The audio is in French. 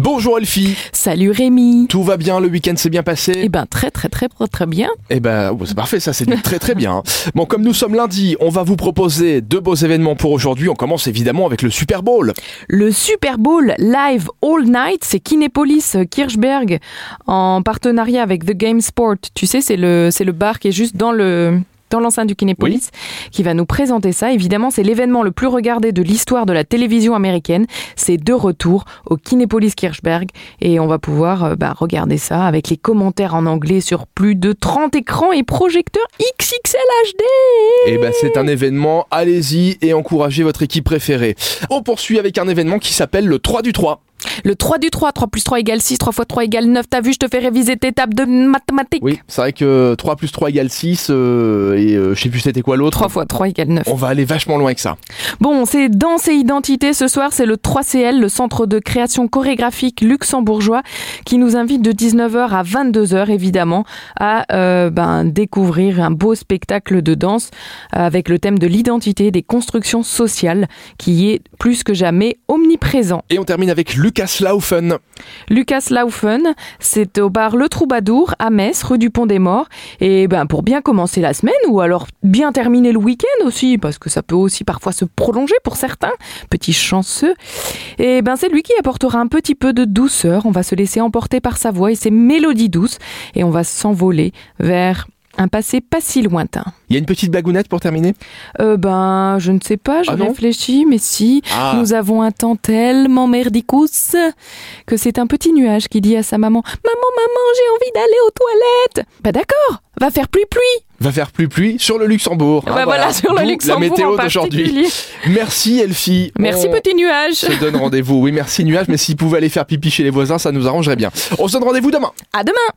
Bonjour Elfie. Salut Rémi. Tout va bien, le week-end s'est bien passé? Eh ben très bien. Eh ben c'est parfait, ça c'est très bien. Bon, comme nous sommes lundi, on va vous proposer 2 beaux événements pour aujourd'hui. On commence évidemment avec le Super Bowl. Le Super Bowl Live All Night, c'est Kinépolis Kirchberg en partenariat avec The Game Sport. Tu sais, c'est le bar qui est juste dans l'enceinte du Kinépolis, qui va nous présenter ça. Évidemment, c'est l'événement le plus regardé de l'histoire de la télévision américaine. C'est de retour au Kinépolis Kirchberg et on va pouvoir regarder ça avec les commentaires en anglais sur plus de 30 écrans et projecteurs XXL HD. Eh ben c'est un événement, allez-y et encouragez votre équipe préférée. On poursuit avec un événement qui s'appelle le 3 du 3. Le 3 du 3, 3 plus 3 égale 6, 3 fois 3 égale 9. T'as vu, je te fais réviser tes tables de mathématiques. Oui, c'est vrai que 3 plus 3 égale 6 je sais plus c'était quoi l'autre. 3 fois 3 égale 9. On va aller vachement loin avec ça. Bon, c'est Danse et Identité ce soir, c'est le 3CL, le centre de création chorégraphique luxembourgeois, qui nous invite de 19h à 22h évidemment à découvrir un beau spectacle de danse avec le thème de l'identité, des constructions sociales, qui est plus que jamais omniprésent. Et on termine avec Lucas Laufen. Lucas Laufen, c'est au bar Le Troubadour à Metz, rue du Pont des Morts. Et pour bien commencer la semaine, ou alors bien terminer le week-end aussi, parce que ça peut aussi parfois se prolonger pour certains, petits chanceux. Et c'est lui qui apportera un petit peu de douceur. On va se laisser emporter par sa voix et ses mélodies douces, et on va s'envoler vers un passé pas si lointain. Il y a une petite blagounette pour terminer ? Je ne sais pas, je réfléchis, mais si, nous avons un temps tellement merdicous que c'est un petit nuage qui dit à sa maman « Maman, j'ai envie d'aller aux toilettes !» D'accord, va faire pluie. Va faire pluie sur le Luxembourg. Voilà, sur le Luxembourg la météo en d'aujourd'hui. Merci Elfie. Merci petit nuage. On se donne rendez-vous. Oui, merci nuage, mais s'il pouvait aller faire pipi chez les voisins, ça nous arrangerait bien. On se donne rendez-vous demain. À demain.